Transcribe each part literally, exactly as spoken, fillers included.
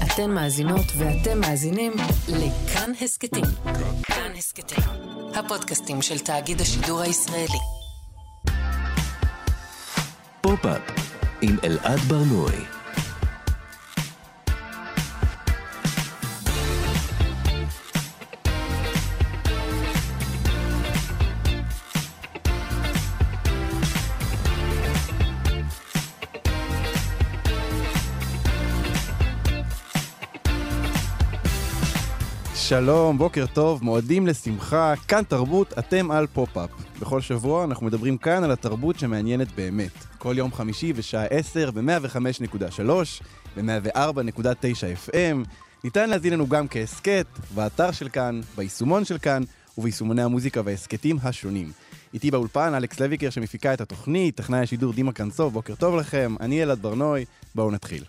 אתן מאזינות ואתם מאזינים לכאן הסקטים. כאן הסקטים, הפודקאסטים של תאגיד השידור הישראלי. פופ-אפ עם אלעד ברנועי. שלום, בוקר טוב, מועדים לשמחה, כאן תרבות, אתם על פופ-אפ. בכל שבוע אנחנו מדברים כאן על התרבות שמעניינת באמת. כל יום חמישי בשעה עשר ב-מאה וחמש נקודה שלוש, ב-מאה וארבע נקודה תשע אף אם. ניתן להזין לנו גם כעסקט, באתר של כאן, ביישומון של כאן, וביישומוני המוזיקה והעסקטים השונים. איתי באולפן אלכס לויקר שמפיקה את התוכנית, טכנאי השידור דימה קנסוב, בוקר טוב לכם, אני אלעד ברנועי, בואו נתחיל.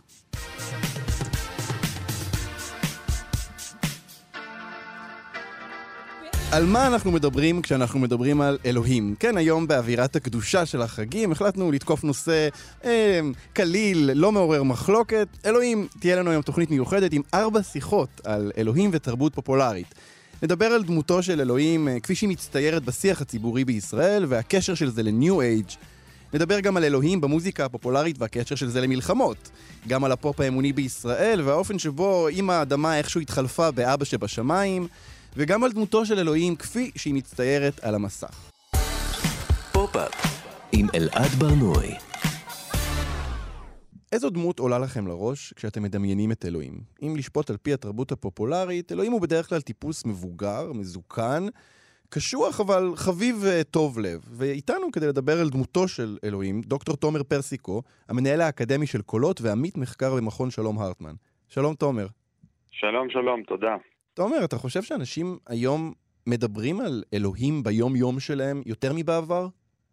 על מה אנחנו מדברים כשאנחנו מדברים על אלוהים? כן, היום באווירת הקדושה של החגים החלטנו לתקוף נושא אה, קליל, לא מעורר מחלוקת. אלוהים, תהיה לנו היום תוכנית מיוחדת עם ארבע שיחות על אלוהים ותרבות פופולרית. נדבר על דמותו של אלוהים אה, כפי שהיא מצטיירת בשיח הציבורי בישראל והקשר של זה לניו אייג'. נדבר גם על אלוהים במוזיקה הפופולרית והקשר של זה למלחמות. גם על הפופ האמוני בישראל והאופן שבו אם האדמה איכשהו התחלפה באבא שבשמיים. וגם על דמותו של אלוהים כפי שהיא מצטיירת על המסך. פופ-אפ עם אלעד ברנועי. איזו דמות עולה לכם לראש כשאתם מדמיינים את אלוהים? אם לשפוט על פי התרבות הפופולרית, אלוהים הוא בדרך כלל טיפוס מבוגר, מזוקן, קשוח אבל חביב וטוב לב. ואיתנו כדי לדבר על דמותו של אלוהים, דוקטור תומר פרסיקו, המנהל האקדמי של קולות ועמית מחקר במכון שלום הרטמן. שלום תומר. שלום שלום, תודה. תומר, אתה חושב שאנשים היום מדברים על אלוהים ביום יום שלהם יותר מבעבר?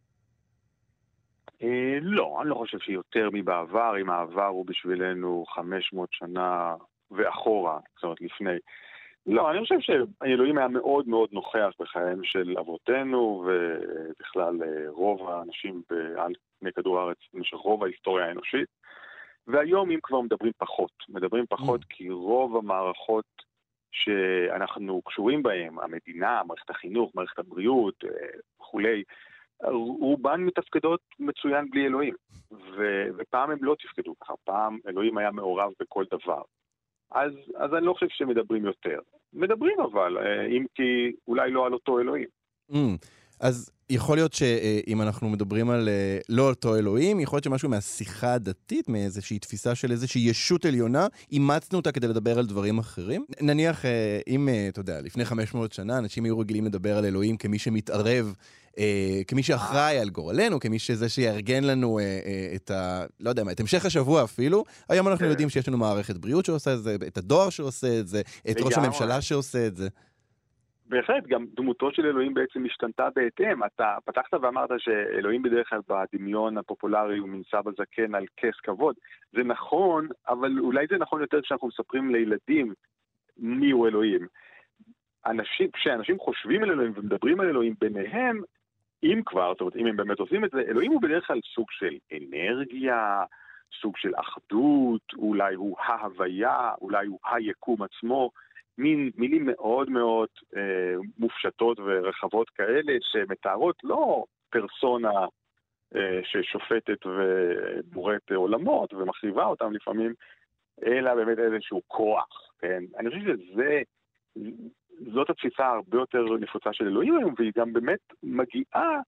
אה, לא, אני לא חושב שיותר מבעבר, אם העבר הוא בשבילנו חמש מאות שנה ואחורה, זאת אומרת לפני. לא, אני חושב שהאלוהים היה מאוד מאוד נוכח בחייהם של אבותינו, ובכלל רוב האנשים על פני כדור הארץ במשך רוב ההיסטוריה האנושית. והיום אם כבר מדברים פחות, מדברים פחות כי רוב המערכות שאנחנו קשורים בהם, המדינה, מערכת החינוך, מערכת הבריאות וכולי, רובן מתפקדות מצוין בלי אלוהים. ו- ופעם הם לא תפקדו ככה, פעם אלוהים היה מעורב בכל דבר. אז, אז אני לא חושב שמדברים יותר. מדברים אבל, אם כי אולי לא על אותו אלוהים. Mm. אז יכול להיות שאם אנחנו מדברים על לא אותו אלוהים, יכול להיות שמשהו מהשיחה הדתית, מאיזושהי תפיסה של איזושהי ישות עליונה, אימצנו אותה כדי לדבר על דברים אחרים. נניח, אם, אתה יודע, לפני חמש מאות שנה, אנשים היו רגילים לדבר על אלוהים כמי שמתערב, כמי שאחראי על גורלנו, כמי שזה שיארגן לנו את ה... לא יודע מה, את המשך השבוע אפילו. היום אנחנו יודעים שיש לנו מערכת בריאות שעושה את זה, את הדואר שעושה את זה, את ראש הממשלה שעושה את זה. בהחלט, גם דמותו של אלוהים בעצם השתנתה בהתאם. אתה פתחת ואמרת שאלוהים בדרך כלל בדמיון הפופולרי הוא מין סבא זקן על כס כבוד. זה נכון, אבל אולי זה נכון יותר כשאנחנו מספרים לילדים מי הוא אלוהים. אנשים, כשאנשים חושבים על אלוהים ומדברים על אלוהים ביניהם, אם כבר, זאת אומרת, אם הם באמת עושים את זה, אלוהים הוא בדרך כלל סוג של אנרגיה, סוג של אחדות, אולי הוא ההוויה, אולי הוא היקום עצמו, מין מילים מאוד מאוד אה, מופשטות ורחבות כאלה שמתארות לא פרסונה אה, ששופטת ובוראת עולמות ומחריבה אותם לפעמים, אלא באמת איזשהו כוח, כן? אני חושב שזה, זאת התפיסה הרבה יותר נפוצה של אלוהים היום, והיא גם באמת מגיעה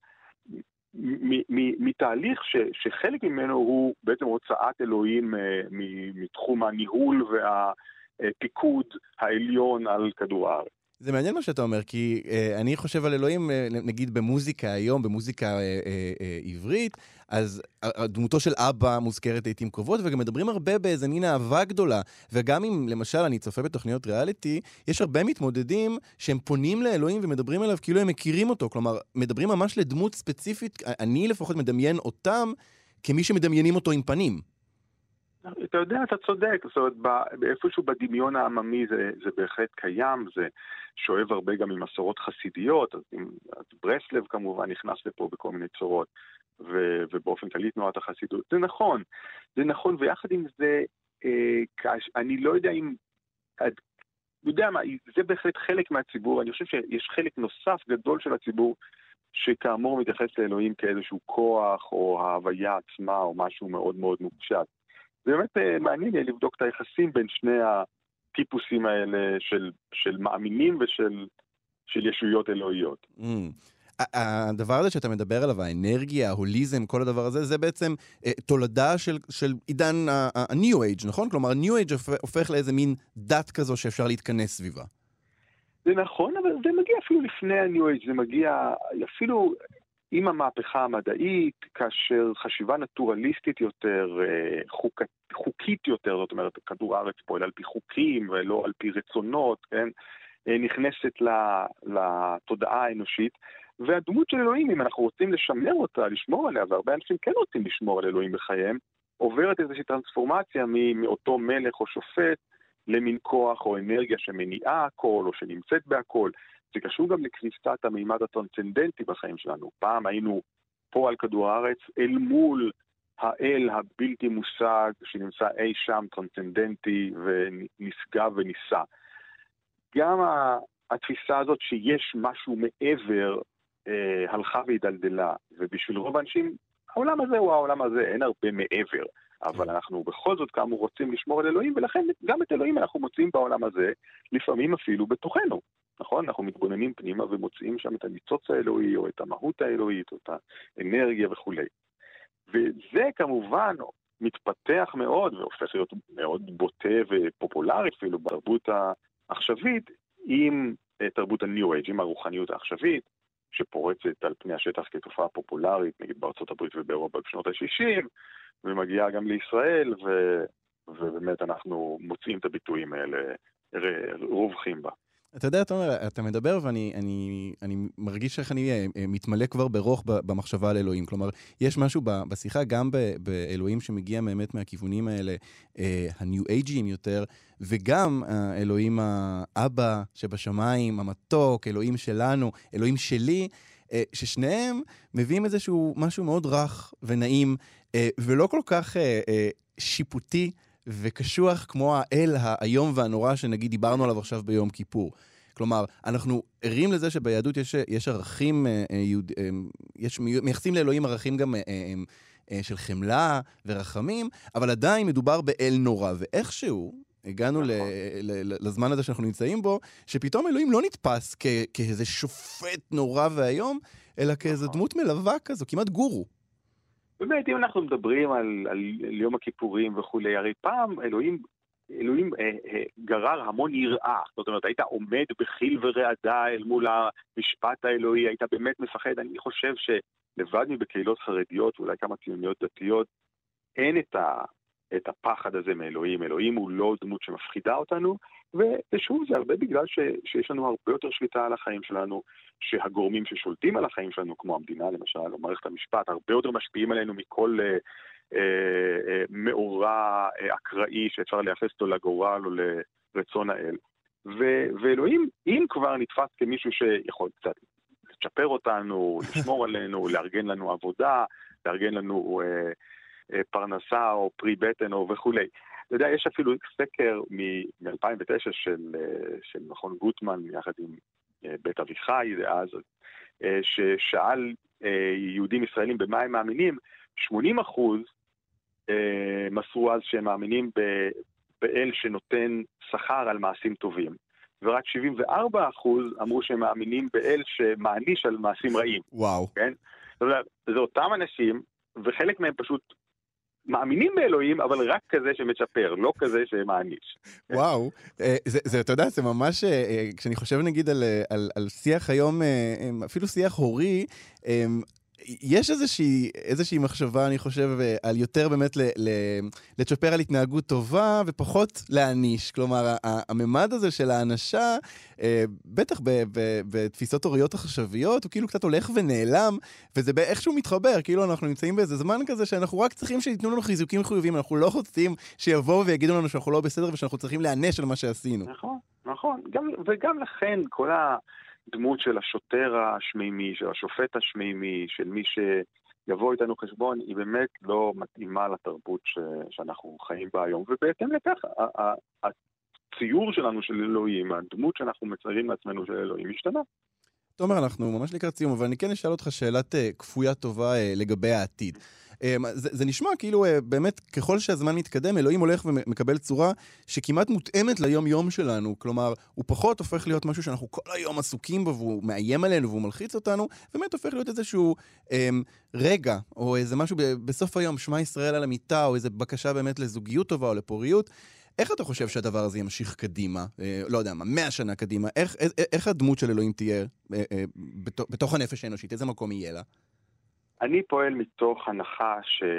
מתהליך ש, שחלק ממנו הוא בעצם הוצאת אלוהים מתחום הניהול וה... פיקוד העליון על כדור הארץ. זה מעניין מה שאתה אומר, כי אה, אני חושב על אלוהים, אה, נגיד במוזיקה היום, במוזיקה אה, אה, אה, עברית, אז דמותו של אבא מוזכרת לעתים קרובות, וגם מדברים הרבה באיזה מין אהבה גדולה, וגם אם למשל אני צופה בתוכניות ריאליטי, יש הרבה מתמודדים שהם פונים לאלוהים ומדברים עליו כאילו הם מכירים אותו, כלומר, מדברים ממש לדמות ספציפית, אני לפחות מדמיין אותם כמי שמדמיינים אותו עם פנים. אתה יודע, אתה צודק, זאת אומרת, באיפשהו בדמיון העממי זה, זה בהחלט קיים, זה שואב הרבה גם ממסורות חסידיות, אז, אז ברסלב כמובן נכנס לפה בכל מיני צורות, ו, ובאופן כללי תנועת החסידות. זה נכון, זה נכון, ויחד עם זה, אה, אני לא יודע אם... אני יודע מה, זה בהחלט חלק מהציבור, אני חושב שיש חלק נוסף גדול של הציבור, שכאמור מתייחס לאלוהים כאיזשהו כוח, או ההוויה עצמה, או משהו מאוד מאוד מופשט. זה באמת מעניין לי לבדוק את היחסים בין שני הטיפוסים האלה של, של מאמינים ושל של ישויות אלוהיות. Mm. הדבר הזה שאתה מדבר עליו, האנרגיה, ההוליזם, כל הדבר הזה, זה בעצם תולדה של, של עידן ה-New Age, נכון? כלומר, ה-New Age הופך לאיזה מין דת כזו שאפשר להתכנס סביבה. זה נכון, אבל זה מגיע אפילו לפני ה-New Age, זה מגיע אפילו עם המהפכה המדעית, כאשר חשיבה נטורליסטית יותר, חוק, חוקית יותר, זאת אומרת, כדור הארץ פועל על פי חוקים ולא על פי רצונות, כן? נכנסת לתודעה האנושית, והדמות של אלוהים, אם אנחנו רוצים לשמר אותה, לשמור עליה, והרבה אנשים כן רוצים לשמור על אלוהים בחייהם, עוברת איזושהי טרנספורמציה מאותו מלך או שופט, למין כוח או אנרגיה שמניעה הכל, או שנמצאת בהכל. זה קשור גם לקריסת המימד הטרנסצנדנטי בחיים שלנו. פעם היינו פה על כדור הארץ, אל מול האל הבלתי מושג, שנמצא אי שם טרנסצנדנטי, ונשגב וניסה. גם התפיסה הזאת שיש משהו מעבר, אה, הלכה והידלדלה, ובשביל רוב האנשים, העולם הזה הוא העולם הזה, אין הרבה מעבר, אבל אנחנו בכל זאת כאמור רוצים לשמור על אלוהים, ולכן גם את אלוהים אנחנו מוצאים בעולם הזה, לפעמים אפילו בתוכנו, נכון? אנחנו מתבוננים פנימה ומוצאים שם את הניצוץ האלוהי, או את המהות האלוהית, או את האנרגיה וכו'. וזה כמובן מתפתח מאוד, והופך להיות מאוד בוטה ופופולרי אפילו בתרבות העכשווית, עם תרבות ה-New Age, עם הרוחניות העכשווית, שפורצת על פני השטח כתופעה פופולרית, נגיד בארצות הברית ובאירופה בשנות ה-שישים, ומגיעה גם לישראל, ו... ובאמת אנחנו מוצאים את הביטויים האלה, רווחים בה. אתה יודע, תומר, אתה מדבר ואני אני, אני מרגיש איך אני מתמלא כבר ברוך במחשבה על אלוהים. כלומר, יש משהו בשיחה, גם באלוהים שמגיע באמת מהכיוונים האלה, הניו אייג'יים יותר, וגם אלוהים האבא שבשמיים, המתוק, אלוהים שלנו, אלוהים שלי, ששניהם מביאים איזשהו משהו מאוד רך ונעים, ולא כל כך שיפוטי, וקשוח כמו האל האיום והנורא שנגיד דיברנו עליו עכשיו ביום כיפור. כלומר, אנחנו ערים לזה שביהדות יש, יש ערכים, יש, מייחסים לאלוהים ערכים גם של חמלה ורחמים, אבל עדיין מדובר באל נורא, ואיכשהו הגענו ל, ל, לזמן הזה שאנחנו נמצאים בו, שפתאום אלוהים לא נתפס כ, כאיזה שופט נורא והיום, אלא כאיזה דמות מלווה כזו, כמעט גורו. באמת, אם אנחנו מדברים על, על יום הכיפורים וכולי, הרי פעם אלוהים, אלוהים אה, אה, גרר המון יראה. זאת אומרת, היית עומד בחיל ורעדה אל מול המשפט האלוהי, היית באמת מפחד. אני חושב שלבד מבקהילות חרדיות, ואולי כמה ציוניות דתיות, אין את, ה, את הפחד הזה מאלוהים. אלוהים הוא לא דמות שמפחידה אותנו, ושוב, זה הרבה בגלל ש, שיש לנו הרבה יותר שליטה על החיים שלנו, שהגורמים ששולטים על החיים שלנו, כמו המדינה למשל, או מערכת המשפט, הרבה יותר משפיעים עלינו מכל אה, אה, מאורע אה, אקראי שאפשר לייחס אותו לגורל או לרצון האל. ו, ואלוהים, אם כבר נתפס כמישהו שיכול קצת לצ'פר אותנו, לשמור עלינו, לארגן לנו עבודה, לארגן לנו אה, אה, פרנסה או פרי בטן או וכו'. אתה יודע, יש אפילו סקר מ-אלפיים ותשע של, של מכון גוטמן, יחד עם בית אביחי, אז, ששאל יהודים ישראלים במה הם מאמינים, שמונים אחוז מסרו אז שהם מאמינים באל שנותן שכר על מעשים טובים, ורק שבעים וארבעה אחוז אמרו שהם מאמינים באל שמעניש על מעשים רעים. וואו. כן? זה אותם אנשים, וחלק מהם פשוט מאמינים באלוהים, אבל רק כזה שמצ'פר, לא כזה שמעניש. וואו, זה, זה, אתה יודע, זה ממש, כשאני חושב נגיד על, על, על שיח היום, אפילו שיח הורי, יש איזושהי, איזושהי מחשבה, אני חושב, על יותר באמת ל, ל, לצ'פר על התנהגות טובה ופחות להעניש. כלומר, הממד הזה של האנשה, בטח ב, ב, בתפיסות הוריות החשביות, הוא כאילו קצת הולך ונעלם, וזה באיכשהו מתחבר, כאילו אנחנו נמצאים באיזה זמן כזה שאנחנו רק צריכים שיתנו לנו חיזוקים חיובים, אנחנו לא רוצים שיבואו ויגידו לנו שאנחנו לא בסדר ושאנחנו צריכים להענש על מה שעשינו. נכון, נכון. גם, וגם לכן כל ה... דמות של השוטר השמימי, של השופט השמימי, של מי יבוא איתנו חשבון, היא באמת לא מתאימה לתרבות ש... שאנחנו חיים בה היום, ובהתאם לכך, הציור שלנו של אלוהים, הדמות שאנחנו מציירים לעצמנו של אלוהים, משתנה. תומר, אנחנו ממש לקראת סיום, אבל אני כן אשאל אותך שאלת כפויה טובה לגבי העתיד. זה, זה נשמע כאילו באמת ככל שהזמן מתקדם, אלוהים הולך ומקבל צורה שכמעט מותאמת ליום-יום שלנו. כלומר, הוא פחות הופך להיות משהו שאנחנו כל היום עסוקים בו, והוא מאיים עלינו והוא מלחיץ אותנו, באמת הופך להיות איזשהו אמ, רגע, או איזה משהו ב, בסוף היום, שמע ישראל על המיטה, או איזו בקשה באמת לזוגיות טובה או לפוריות. איך אתה חושב שהדבר הזה ימשיך קדימה? אה, לא יודע מה, מאה שנה קדימה. איך, איך, איך הדמות של אלוהים תהיה אה, אה, בתוך, בתוך הנפש האנושית? איזה מקום יהיה לה? אני פועל מתוך הנחה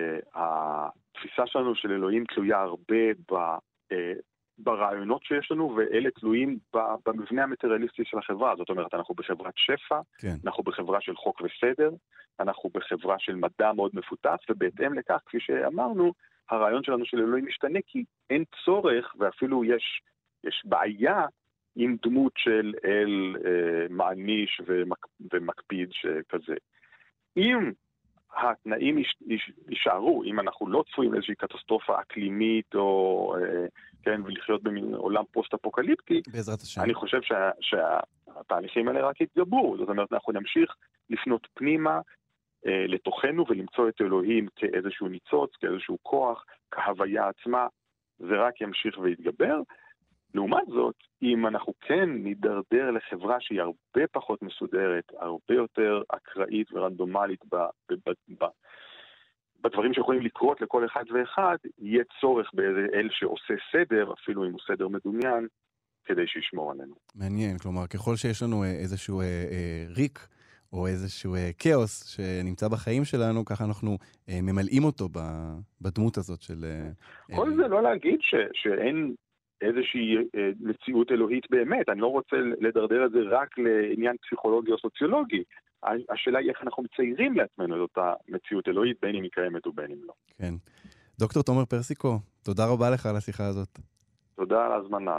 שהתפיסה שלנו של אלוהים תלויה הרבה ב, אה, ברעיונות שיש לנו, ואלה תלויים במבנה המטריאליסטי של החברה. זאת אומרת, אנחנו בחברת שפע, כן. אנחנו בחברה של חוק וסדר, אנחנו בחברה של מדע מאוד מפותח, ובהתאם לכך, כפי שאמרנו, הרעיון שלנו של אלוהים משתנה, כי אין צורך, ואפילו יש, יש בעיה עם דמות של אל אה, מעניש ומק, ומקפיד שכזה. אם התנאים יש, יש, יישארו, אם אנחנו לא צפויים לאיזושהי קטסטרופה אקלימית, או, אה, כן, ולחיות במין עולם פוסט-אפוקליפטי, בעזרת השם. אני חושב שה, שהתהליכים האלה רק יתגברו. זאת אומרת, אנחנו נמשיך לפנות פנימה, לתוכנו ולמצוא את אלוהים כאיזשהו ניצוץ, כאיזשהו כוח, כהוויה עצמה, זה רק ימשיך ויתגבר. לעומת זאת, אם אנחנו כן נידרדר לחברה שהיא הרבה פחות מסודרת, הרבה יותר אקראית ורנדומלית ב, ב, ב, ב, בדברים שיכולים לקרות לכל אחד ואחד, יהיה צורך באיזה אל שעושה סדר, אפילו אם הוא סדר מדומיין, כדי שישמור עלינו. מעניין, כלומר, ככל שיש לנו איזשהו אה, אה, ריק, או איזשהו כאוס שנמצא בחיים שלנו, ככה אנחנו אה, ממלאים אותו בדמות הזאת של... אה, כל זה לא להגיד ש, שאין איזושהי אה, מציאות אלוהית באמת. אני לא רוצה לדרדר את זה רק לעניין פסיכולוגי או סוציולוגי. השאלה היא איך אנחנו מציירים לעצמנו את אותה מציאות אלוהית, בין אם היא קיימת ובין אם לא. כן. דוקטור תומר פרסיקו, תודה רבה לך על השיחה הזאת. תודה על הזמנה.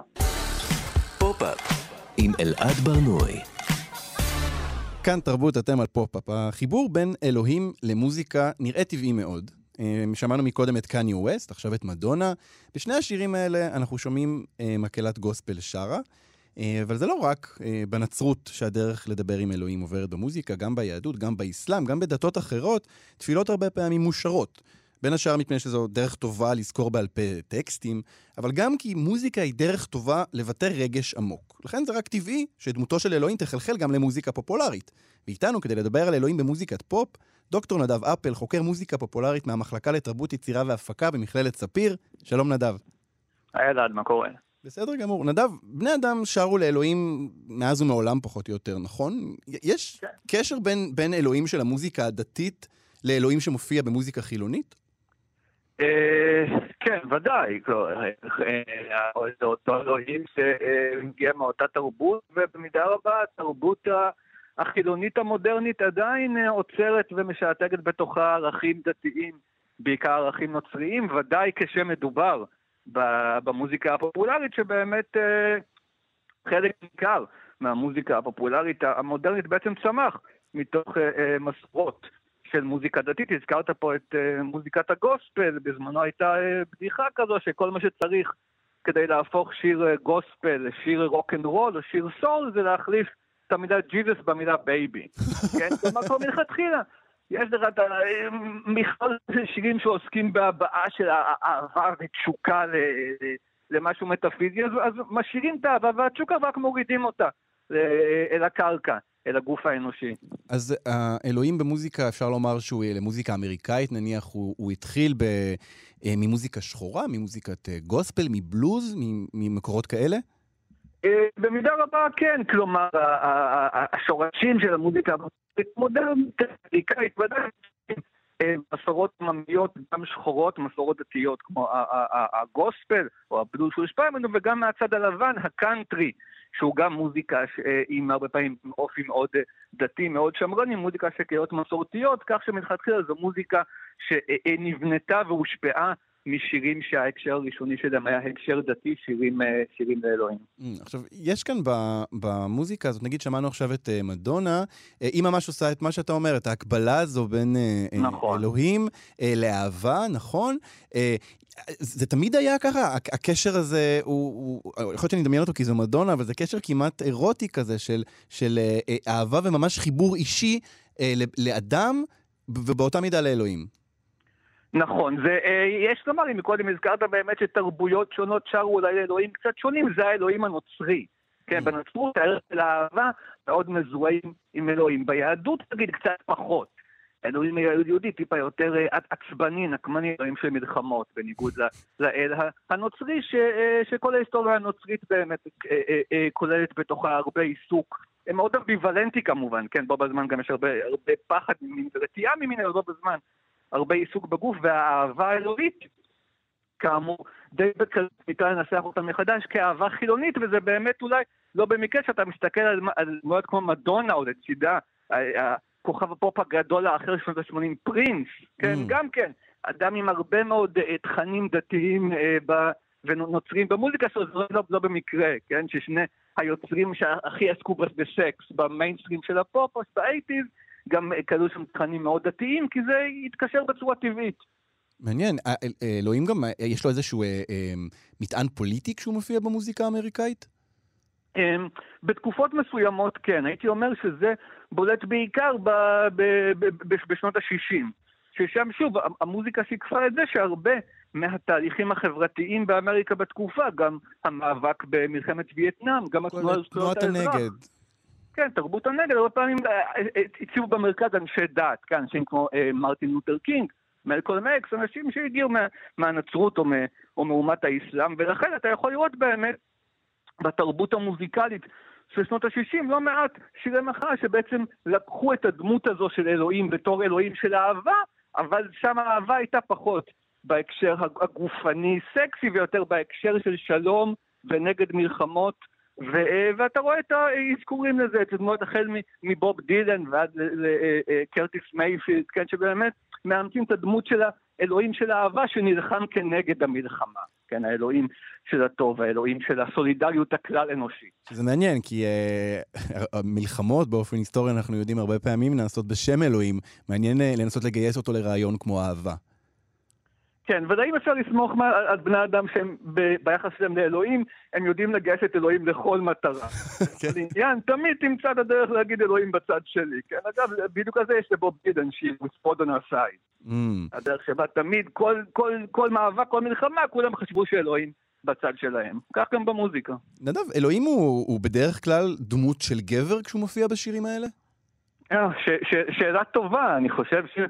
פופ-אפ עם אלעד ברנועי. כאן תרבות, אתם על פופ-אפ. החיבור בין אלוהים למוזיקה נראה טבעי מאוד. שמענו מקודם את קניה ווסט, עכשיו את מדונה. בשני השירים האלה אנחנו שומעים מקהלת גוספל שרה, אבל זה לא רק בנצרות שהדרך לדבר עם אלוהים עוברת במוזיקה, גם ביהדות, גם באסלאם, גם בדתות אחרות, תפילות הרבה פעמים מושרות. בין השאר מפני שזו דרך טובה לזכור בעל פה טקסטים, אבל גם כי מוזיקה היא דרך טובה לבטא רגש עמוק. לכן זה רק טבעי שדמותו של אלוהים תחלחל גם למוזיקה פופולרית. ואיתנו, כדי לדבר על אלוהים במוזיקת פופ, דוקטור נדב אפל, חוקר מוזיקה פופולרית מהמחלקה לתרבות יצירה והפקה במכללת ספיר. שלום נדב. היי אלעד, מה קורה? בסדר גמור. נדב, בני אדם שרו לאלוהים מאז ומעולם פחות או יותר, נכון? יש כן. קשר בין, בין אלוהים של המוזיקה הדתית לאלוהים שמופיע במוזיקה חילונית? כן, ודאי. זה אותו אלוהים שמגיע מאותה תרבות, ובמידה רבה התרבות החילונית המודרנית עדיין עוצרת ומשעתקת בתוכה ערכים דתיים, בעיקר ערכים נוצריים, ודאי כשמדובר במוזיקה הפופולרית, שבאמת חלק ניכר מהמוזיקה הפופולרית המודרנית בעצם צמח מתוך מסורות של מוזיקה דתית. הזכרת פה את uh, מוזיקת הגוספל, בזמנו הייתה uh, בדיחה כזו שכל מה שצריך כדי להפוך שיר uh, גוספל לשיר רוק אנד רול או שיר סול, זה להחליף את המילה ג'יזוס במילה בייבי. כן? כלומר כבר מלכתחילה. יש לך את מכלול שירים שעוסקים בהבאה של האהבה ותשוקה למשהו מטאפיזי, אז, אז משאירים את האהבה והתשוקה ורק מורידים אותה אל הקרקע. אל הגוף האנושי. אז האלוהים במוזיקה, אפשר לומר שהוא למוזיקה אמריקאית, נניח הוא, הוא התחיל ב, ממוזיקה שחורה, ממוזיקת גוספל, מבלוז, ממקורות כאלה? במידה רבה כן, כלומר, השורשים של המוזיקה מודרנית, אמריקאית, ודאי, מסורות עממיות, גם שחורות, מסורות דתיות, כמו הגוספל או הבלוז שהושפע ממנו, וגם מהצד הלבן, הקאנטרי, שהוא גם מוזיקה עם הרבה פעמים אופי מאוד דתי, מאוד שמרני, מוזיקה שקיות מסורתיות, כך שמלכתחילה זו מוזיקה שנבנתה והושפעה משירים שההקשר הראשוני שלהם היה הקשר דתי, שירים, שירים לאלוהים. עכשיו, יש כאן במוזיקה הזאת, נגיד שמענו עכשיו את מדונה, היא ממש עושה את מה שאתה אומר, את ההקבלה הזו בין נכון. אלוהים לאהבה, נכון? זה תמיד היה ככה, הקשר הזה, הוא, הוא, יכול להיות שאני אדמיין אותו כי זו מדונה, אבל זה קשר כמעט אירוטי כזה של, של אהבה וממש חיבור אישי לאדם, ובאותה מידה לאלוהים. נכון, זה, יש לומר, אם קודם הזכרת באמת שתרבויות שונות שרו אולי לאלוהים קצת שונים, זה האלוהים הנוצרי. כן, בנצרות הערך של האהבה מאוד מזוהים עם אלוהים. ביהדות תגיד קצת פחות. אלוהים היהודי טיפה יותר עצבני, נקמני, אלוהים של מלחמות, בניגוד לאל הנוצרי, ש, שכל ההיסטוריה הנוצרית באמת כוללת בתוכה הרבה עיסוק. הם מאוד אמביוולנטי כמובן, כן, בו בזמן גם יש הרבה, הרבה פחד ממין ורתיעה ממין, אבל בו בזמן הרבה עיסוק בגוף, והאהבה האלוהית, כאמור, די בקלות ניתן לנסח אותה מחדש כאהבה חילונית, וזה באמת אולי לא במקרה שאתה מסתכל על, על מאוד כמו מדונה או לצידה, הכוכב הפופ הגדול האחר שנות ה-שמונים, פרינס, כן, mm. גם כן, אדם עם הרבה מאוד uh, תכנים דתיים uh, ב, ונוצרים במוזיקה שלו, זה לא, לא במקרה, כן, ששני היוצרים שהכי עסקו בסקס, במיינסטרים של הפופ, או באייטיז, גם כלו שם תכנים מאוד דתיים, כי זה יתקשר בצורה טבעית. מעניין, אלוהים גם, יש לו איזשהו מטען פוליטי כשהוא מופיע במוזיקה האמריקאית? בתקופות מסוימות כן, הייתי אומר שזה בולט בעיקר בשנות ה-שישים, ששם שוב, המוזיקה שיקפה את זה שהרבה מהתהליכים החברתיים באמריקה בתקופה, גם המאבק במלחמת וייטנאם, גם תנועת הנגד. כן, תרבות הנגד, הרבה פעמים הציבו במרכז אנשי דת, כן, אנשים כמו מרטין לותר קינג, מלקולם אקס, אנשים שהגיעו מהנצרות או מאומת האסלאם, ולכן אתה יכול לראות באמת בתרבות המוזיקלית של שנות ה-שישים לא מעט שירי מחאה שבעצם לקחו את הדמות הזו של אלוהים בתור אלוהים של אהבה, אבל שם האהבה הייתה פחות בהקשר הגופני סקסי ויותר בהקשר של שלום ונגד מלחמות, ו- ואתה רואה את האזכורים לזה, את הדמות החל מבוב דילן ועד לקרטיס מייפילד, כן, שבאמת מאמצים את הדמות של האלוהים של האהבה שנלחם כנגד המלחמה, כן, האלוהים של הטוב, האלוהים של הסולידריות הכלל אנושית. זה מעניין, כי uh, המלחמות באופן היסטורי אנחנו יודעים הרבה פעמים נעשות בשם אלוהים, מעניין uh, לנסות לגייס אותו לרעיון כמו אהבה. כן, ודאי אפשר לסמוך על בני אדם שהם ביחס שלהם לאלוהים, הם יודעים לגייס את אלוהים לכל מטרה. לעניין, תמיד תמצא את הדרך להגיד אלוהים בצד שלי. כן, אגב, בדיוק הזה יש לבוב דילן שיר, with spot on our side. הדרך שבה תמיד, כל מאבק, כל מלחמה, כולם חשבו שאלוהים בצד שלהם. כך גם במוזיקה. נדב, אלוהים הוא בדרך כלל דמות של גבר כשהוא מופיע בשירים האלה? שאלה טובה, אני חושב ש...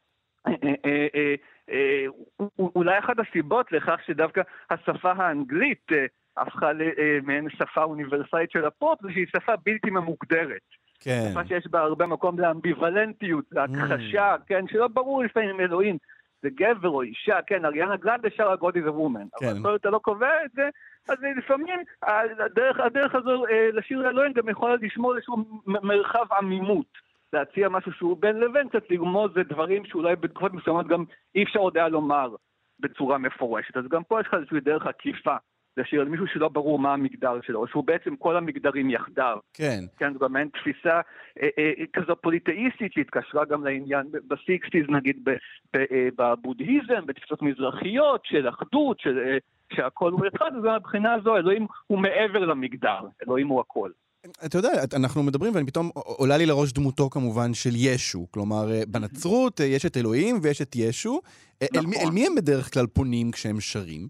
אולי אחת הסיבות לכך שדווקא השפה האנגלית הפכה למעין שפה אוניברסלית של הפופ, זה שהיא שפה בלתי ממוגדרת. כן. שפה שיש בה הרבה מקום לאמביוולנטיות, להכחשה, כן, שלא ברור לפעמים אלוהים, זה גבר או אישה, כן, אריאנה גרנדה שרה God is a woman, כן. אבל אתה לא קובע את זה, אז לפעמים הדרך, הדרך הזו לשיר לאלוהים גם יכולה לשמור איזשהו מרחב עמימות. להציע משהו שהוא בין לבין, קצת לרמוז זה דברים שאולי בתקופות מסוימות גם אי אפשר עוד היה לומר בצורה מפורשת. אז גם פה יש לך איזושהי דרך עקיפה לשיר על מישהו שלא ברור מה המגדר שלו, שהוא בעצם כל המגדרים יחדיו. כן. כן, גם אין תפיסה אה, אה, כזו פוליטאיסטית שהתקשרה גם לעניין בסיקסטיז נגיד בבודהיזם, בתפיסות מזרחיות של אחדות, של, אה, שהכל הוא אחד, אז מבחינה הזו אלוהים הוא מעבר למגדר, אלוהים הוא הכל. אתה יודע, אנחנו מדברים ואני פתאום עולה לי לראש דמותו כמובן של ישו, כלומר בנצרות יש את אלוהים ויש את ישו, אל מי הם בדרך כלל פונים כשהם שרים?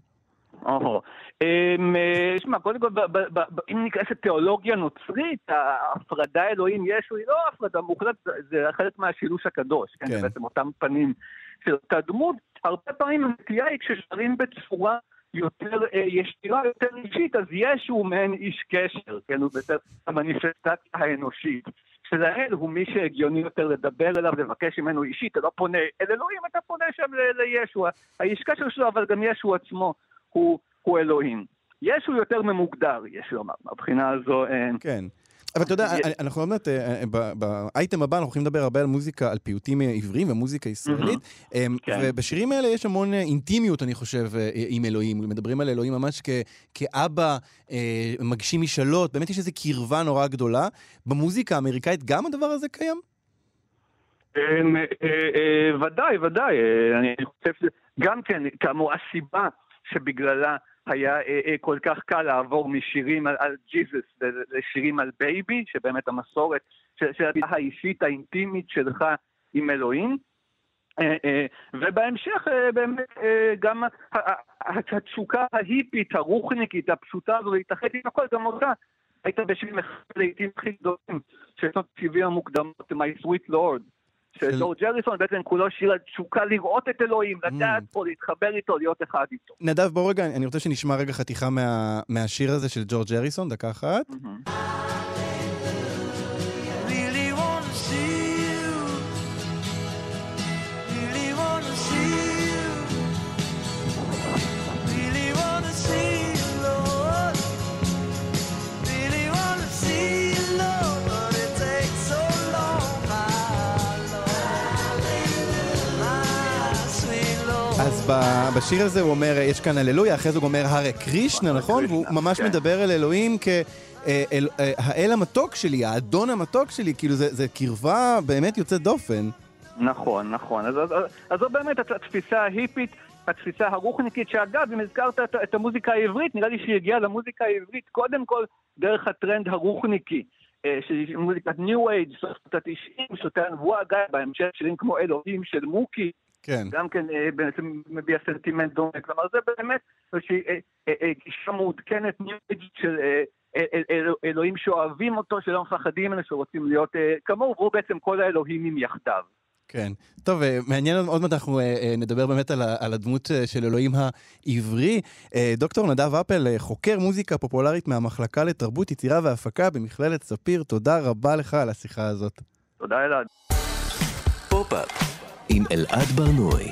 שמע, קודם כל, אם ניכנס לתיאולוגיה נוצרית, ההפרדה אלוהים ישו היא לא הפרדה מוחלט, זה חלק מהשילוש הקדוש, זה בעצם אותם פנים של אותה דמות, הרבה פעמים הנטייה היא כששרים בצורה יותר ישירה, יותר אישית, אז ישו מעין איש קשר, כן, הוא בעצם המניפסטציה האנושית. שלאל הוא מי שהגיוני יותר לדבר אליו, לבקש ממנו אישית, אתה לא פונה אל אלוהים, אתה פונה שם לישו, האיש קשר שלו, אבל גם ישו עצמו הוא, הוא אלוהים. ישו יותר ממוגדר, יש לומר, מהבחינה הזו אין. כן. אבל אתה יודע, אנחנו עוד מעט, באייטם הבא אנחנו הולכים לדבר הרבה על מוזיקה, על פיוטים עבריים ומוזיקה ישראלית, ובשירים האלה יש המון אינטימיות, אני חושב, עם אלוהים. מדברים על אלוהים ממש כאבא מגשים משאלות, באמת יש איזו קרבה נורא גדולה. במוזיקה האמריקאית גם הדבר הזה קיים? ודאי, ודאי. אני חושב שגם כן, כאמור, הסיבה שבגללה היה אה, אה, כל כך קל לעבור משירים על, על ג'יזוס לשירים על בייבי, שבאמת המסורת של, של האישית האינטימית שלך עם אלוהים. אה, אה, ובהמשך אה, באמת אה, גם התשוקה ההיפית, הרוחניקית, הפשוטה הזו להתאחד עם הכל, גם אותה הייתה בשירים אחד לעיתים הכי גדולים של שנות שבעים המוקדמות, My Sweet Lord. שג'ורג' אריסון בעצם כולו שיר על תשוקה לראות את אלוהים, לדעת פה, להתחבר איתו, להיות אחד איתו. נדב, בוא רגע, אני רוצה שנשמע רגע חתיכה מהשיר הזה של ג'ורג' אריסון, דקה אחת. אז בשיר הזה הוא אומר, יש כאן הללויה, אחרי זה הוא אומר הרי קרישנה, נכון? והוא ממש מדבר על אלוהים כהאל המתוק שלי, האדון המתוק שלי, כאילו זה קרבה באמת יוצאת דופן. נכון, נכון. אז זו באמת התפיסה ההיפית, התפיסה הרוחניקית, שאגב, אם הזכרת את המוזיקה העברית, נראה לי שהיא הגיעה למוזיקה העברית קודם כל דרך הטרנד הרוחניקי. של מוזיקת ניו אייג', סוף התשעים, שותה נבואה, גיא, בהמשך שירים כמו אלוהים של מוקי, כן. גם כן בעצם מביע סנטימנט דומה, כלומר זה באמת גישה מעודכנת ניו אייג' של אלוהים שאוהבים אותו, שלא מפחדים ממנו, שרוצים להיות כמוהו, והוא בעצם כל האלוהימים יחדיו. כן. טוב, מעניין עוד מעט אנחנו נדבר באמת על הדמות של אלוהים העברי. דוקטור נדב אפל, חוקר מוזיקה פופולרית מהמחלקה לתרבות, יצירה והפקה במכללת ספיר, תודה רבה לך על השיחה הזאת. תודה אלעד. פופ-אפ עם אלעד ברנועי.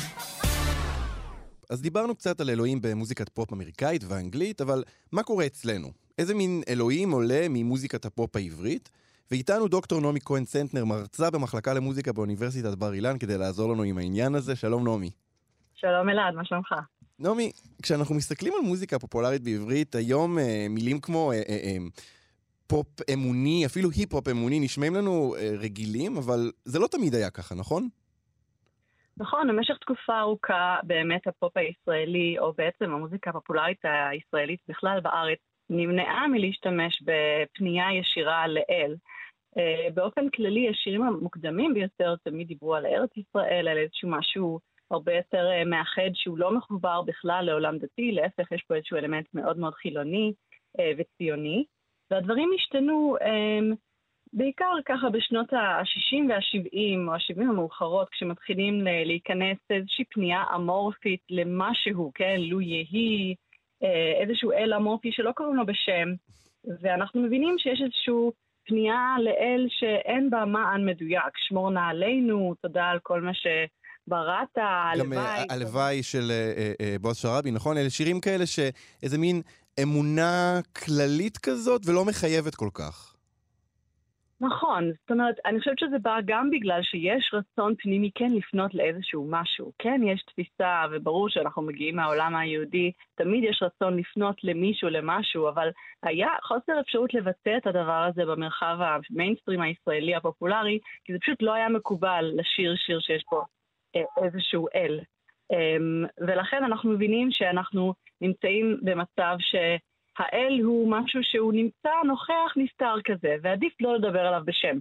אז דיברנו קצת על אלוהים במוזיקת פופ אמריקאית ואנגלית, אבל מה קורה אצלנו? איזה מין אלוהים עולה ממוזיקת הפופ העברית? ואיתנו דוקטור נעמי כהן צנטנר, מרצה במחלקה למוזיקה באוניברסיטת בר אילן, כדי לעזור לנו עם העניין הזה. שלום נעמי. שלום אלעד, מה שלומך? נעמי, כשאנחנו מסתכלים על מוזיקה פופולרית בעברית, היום אה, מילים כמו אה, אה, אה, פופ אמוני, אפילו היפ-הופ אמוני, נשמעים לנו אה, רגילים, אבל זה לא תמיד היה ככה, נכון? נכון, במשך תקופה ארוכה באמת הפופ הישראלי, או בעצם המוזיקה הפופולרית הישראלית בכלל בארץ, נמנעה מלהשתמש בפנייה ישירה לאל. באופן כללי, השירים המוקדמים ביותר תמיד דיברו על ארץ ישראל, על איזשהו משהו הרבה יותר מאחד, שהוא לא מחובר בכלל לעולם דתי, להפך יש פה איזשהו אלמנט מאוד מאוד חילוני וציוני, והדברים השתנו בעיקר ככה בשנות ה-שישים וה-שבעים, או ה-שבעים המאוחרות, כשמתחילים להיכנס איזושהי פנייה אמורפית למשהו, כן, לו יהי, איזשהו אל אמורפי שלא קוראים לו בשם, ואנחנו מבינים שיש איזשהו פנייה לאל שאין בה מען מדויק, שמור נא עלינו, תודה על כל מה שבראת, הלוואי. גם הלוואי של בועז שרעבי, נכון? אלה שירים כאלה שאיזה מין אמונה כללית כזאת ולא מחייבת כל כך. נכון, זאת אומרת, אני חושבת שזה בא גם בגלל שיש רצון פנימי כן לפנות לאיזשהו משהו. כן, יש תפיסה, וברור שאנחנו מגיעים מהעולם היהודי, תמיד יש רצון לפנות למישהו, למשהו, אבל היה חוסר אפשרות לבטא את הדבר הזה במרחב המיינסטרים הישראלי הפופולרי, כי זה פשוט לא היה מקובל לשיר שיר שיש פה איזשהו אל. ולכן אנחנו מבינים שאנחנו נמצאים במצב ש... האל הוא משהו שהוא נמצא נוכח נסתר כזה, ועדיף לא לדבר עליו בשם.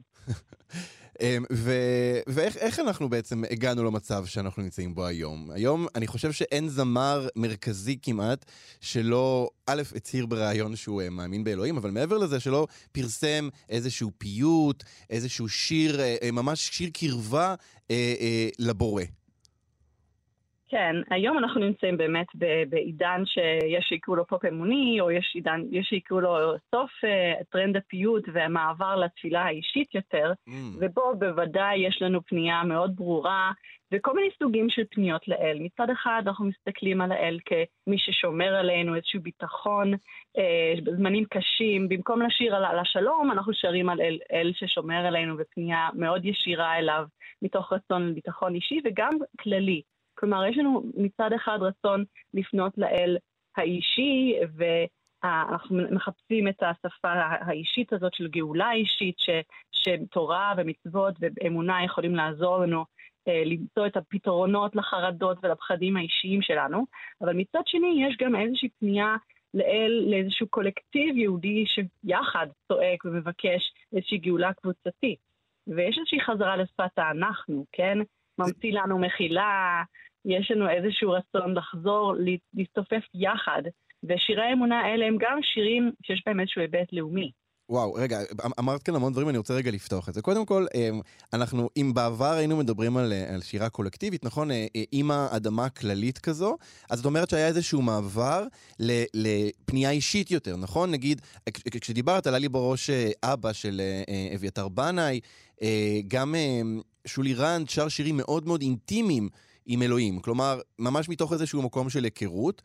ואיך אנחנו בעצם הגענו למצב שאנחנו נמצאים בו היום? היום אני חושב שאין זמר מרכזי כמעט שלא, א', הצהיר ברעיון שהוא מאמין באלוהים, אבל מעבר לזה שלא פרסם איזשהו פיוט, איזשהו שיר, ממש שיר קרבה לבורא. כן, היום אנחנו נמצאים באמת בעידן שיש שיקראו לו פופ אמוני, או יש עידן, יש שיקראו לו סוף טרנד הפיוט והמעבר לתפילה האישית יותר, mm. ובו בוודאי יש לנו פנייה מאוד ברורה, וכל מיני סוגים של פניות לאל. מצד אחד אנחנו מסתכלים על האל כמי ששומר עלינו איזשהו ביטחון, בזמנים קשים, במקום לשיר על השלום, אנחנו שרים על אל, אל ששומר עלינו, ופנייה מאוד ישירה אליו, מתוך רצון לביטחון אישי וגם כללי. כלומר, יש לנו מצד אחד רצון לפנות לאל האישי, ואנחנו מחפשים את השפה האישית הזאת של גאולה אישית, ש, שתורה ומצוות ואמונה יכולים לעזור לנו אה, למצוא את הפתרונות לחרדות ולפחדים האישיים שלנו. אבל מצד שני, יש גם איזושהי פנייה לאל, לאיזשהו קולקטיב יהודי שיחד צועק ומבקש איזושהי גאולה קבוצתית. ויש איזושהי חזרה לשפת האנחנו, כן? ממציא לנו מחילה, יש לנו איזשהו רצון לחזור, להסתופף יחד, ושירי האמונה האלה הם גם שירים שיש בהם איזשהו היבט לאומי. וואו, רגע, אמרת כאן המון דברים, אני רוצה רגע לפתוח את זה. קודם כל, אנחנו, אם בעבר היינו מדברים על, על שירה קולקטיבית, נכון? עם האדמה כללית כזו, אז זאת אומרת שהיה איזשהו מעבר לפנייה אישית יותר, נכון? נגיד, כשדיברת, עלה לי בראש אבא של אביתר בנאי, גם שולי רנד שר שירים מאוד מאוד אינטימיים עם אלוהים, כלומר, ממש מתוך איזשהו מקום של היכרות,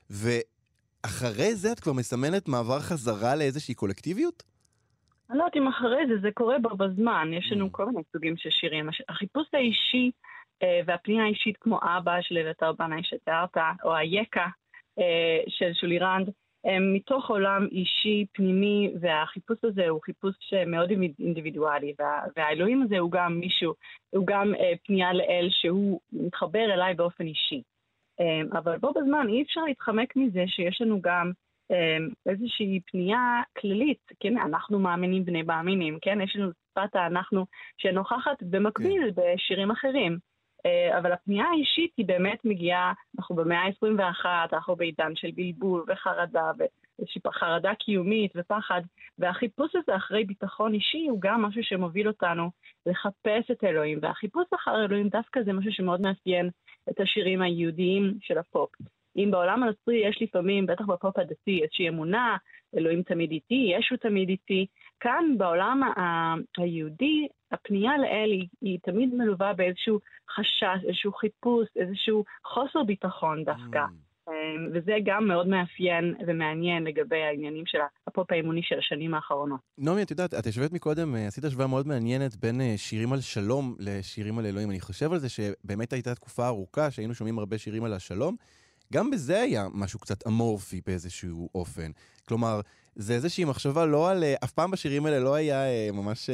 ואחרי זה את כבר מסמנת מעבר חזרה לאיזושהי קולקטיביות? אני לא יודעת אם אחרי זה, זה קורה בו בזמן, יש לנו כל מיני סוגים של שירים. החיפוש האישי והפנייה האישית כמו אבא של אביתר בנאי שתיארת, או היקה של שולי רנד, הם מתוך עולם אישי, פנימי, והחיפוש הזה הוא חיפוש מאוד אינדיבידואלי, וה, והאלוהים הזה הוא גם מישהו, הוא גם אה, פנייה לאל שהוא מתחבר אליי באופן אישי. אה, אבל בו בזמן אי אפשר להתחמק מזה שיש לנו גם אה, איזושהי פנייה כללית, כן, אנחנו מאמינים בני מאמינים, כן, יש לנו שפת האנחנו שנוכחת במקביל כן. בשירים אחרים. אבל הפנייה האישית היא באמת מגיעה, אנחנו במאה ה-עשרים ואחת, אנחנו בעידן של בלבול וחרדה, וחרדה קיומית ופחד, והחיפוש הזה אחרי ביטחון אישי הוא גם משהו שמוביל אותנו לחפש את אלוהים, והחיפוש אחר אלוהים דווקא זה משהו שמאוד מאפיין את השירים היהודיים של הפופ. אם בעולם הנוצרי יש לפעמים, בטח בפופ הדתי, איזושהי אמונה, אלוהים תמיד איתי, ישו תמיד איתי, כאן בעולם ה- היהודי, הפנייה לאל היא, היא תמיד מלווה באיזשהו חשש, איזשהו חיפוש, איזשהו חוסר ביטחון דווקא. Mm. וזה גם מאוד מאפיין ומעניין לגבי העניינים של הפופ האמוני של השנים האחרונות. נעמי, את יודעת, את יושבת מקודם, עשית השוואה מאוד מעניינת בין שירים על שלום לשירים על אלוהים. אני חושב על זה שבאמת הייתה תקופה ארוכה שהיינו שומעים הרבה שירים על השלום, גם בזה היה משהו קצת אמורפי באיזשהו אופן. כלומר, זה איזושהי מחשבה לא על... אף פעם בשירים האלה לא היה ממש,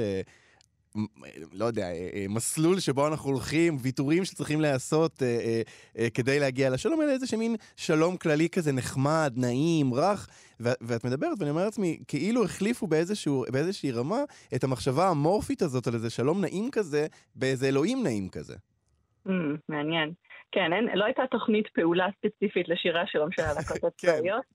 לא יודע, מסלול שבו אנחנו הולכים, ויתורים שצריכים לעשות כדי להגיע לשלום, אלא איזה שמין שלום כללי כזה נחמד, נעים, רך, ואת מדברת, ואני אומר לעצמי, כאילו החליפו באיזשהו, באיזושהי רמה את המחשבה האמורפית הזאת על איזה שלום נעים כזה, באיזה אלוהים נעים כזה. מעניין. כן, אין, לא הייתה תוכנית פעולה ספציפית לשירי השלום של הלהקות הצבאיות.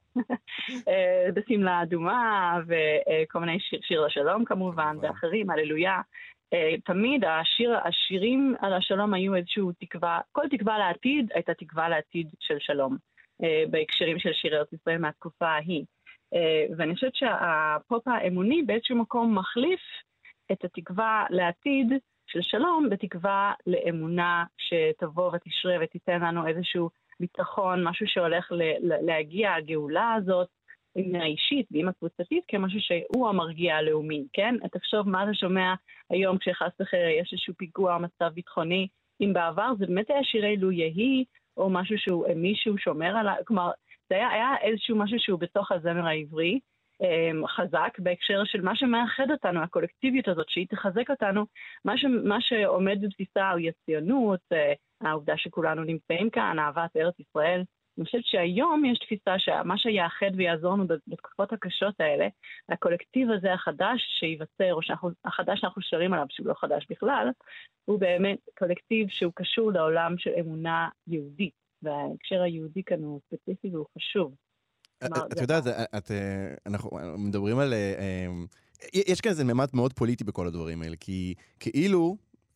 בסמלה אדומה וכל מיני שיר, שיר לשלום כמובן, ואחרים, הללויה. תמיד השיר, השירים על השלום היו איזשהו תקווה, כל תקווה לעתיד הייתה תקווה לעתיד של שלום, בהקשרים של שירי ארץ ישראל מהתקופה ההיא. ואני חושבת שהפופ האמוני באיזשהו מקום מחליף את התקווה לעתיד של שלום בתקווה לאמונה שתבוא ותשרה ותיתן לנו איזשהו ביטחון, משהו שהולך להגיע, הגאולה הזאת, עם האישית ועם הקבוצתית, כמשהו שהוא המרגיע הלאומי, כן? תחשוב מה אתה שומע היום כשחס וחלילה יש איזשהו פיגוע, מצב ביטחוני, אם בעבר זה באמת היה שירי לו יהי, או משהו שהוא מישהו שומר עליו, כלומר, זה היה, היה איזשהו משהו שהוא בתוך הזמר העברי, חזק בהקשר של מה שמאחד אותנו, הקולקטיביות הזאת שהיא תחזק אותנו, מה, ש, מה שעומד בבסיסה הוא הציונות, העובדה שכולנו נמצאים כאן, אהבת ארץ ישראל. אני חושבת שהיום יש תפיסה שמה שיאחד ויעזור לנו בתקופות הקשות האלה, הקולקטיב הזה החדש שיווצר, או שאנחנו, החדש שאנחנו שרים עליו, שהוא לא חדש בכלל, הוא באמת קולקטיב שהוא קשור לעולם של אמונה יהודית, וההקשר היהודי כאן הוא ספציפי והוא חשוב. את יודעת, אנחנו מדברים על... יש כאן איזה ממד מאוד פוליטי בכל הדברים האלה, כי כאילו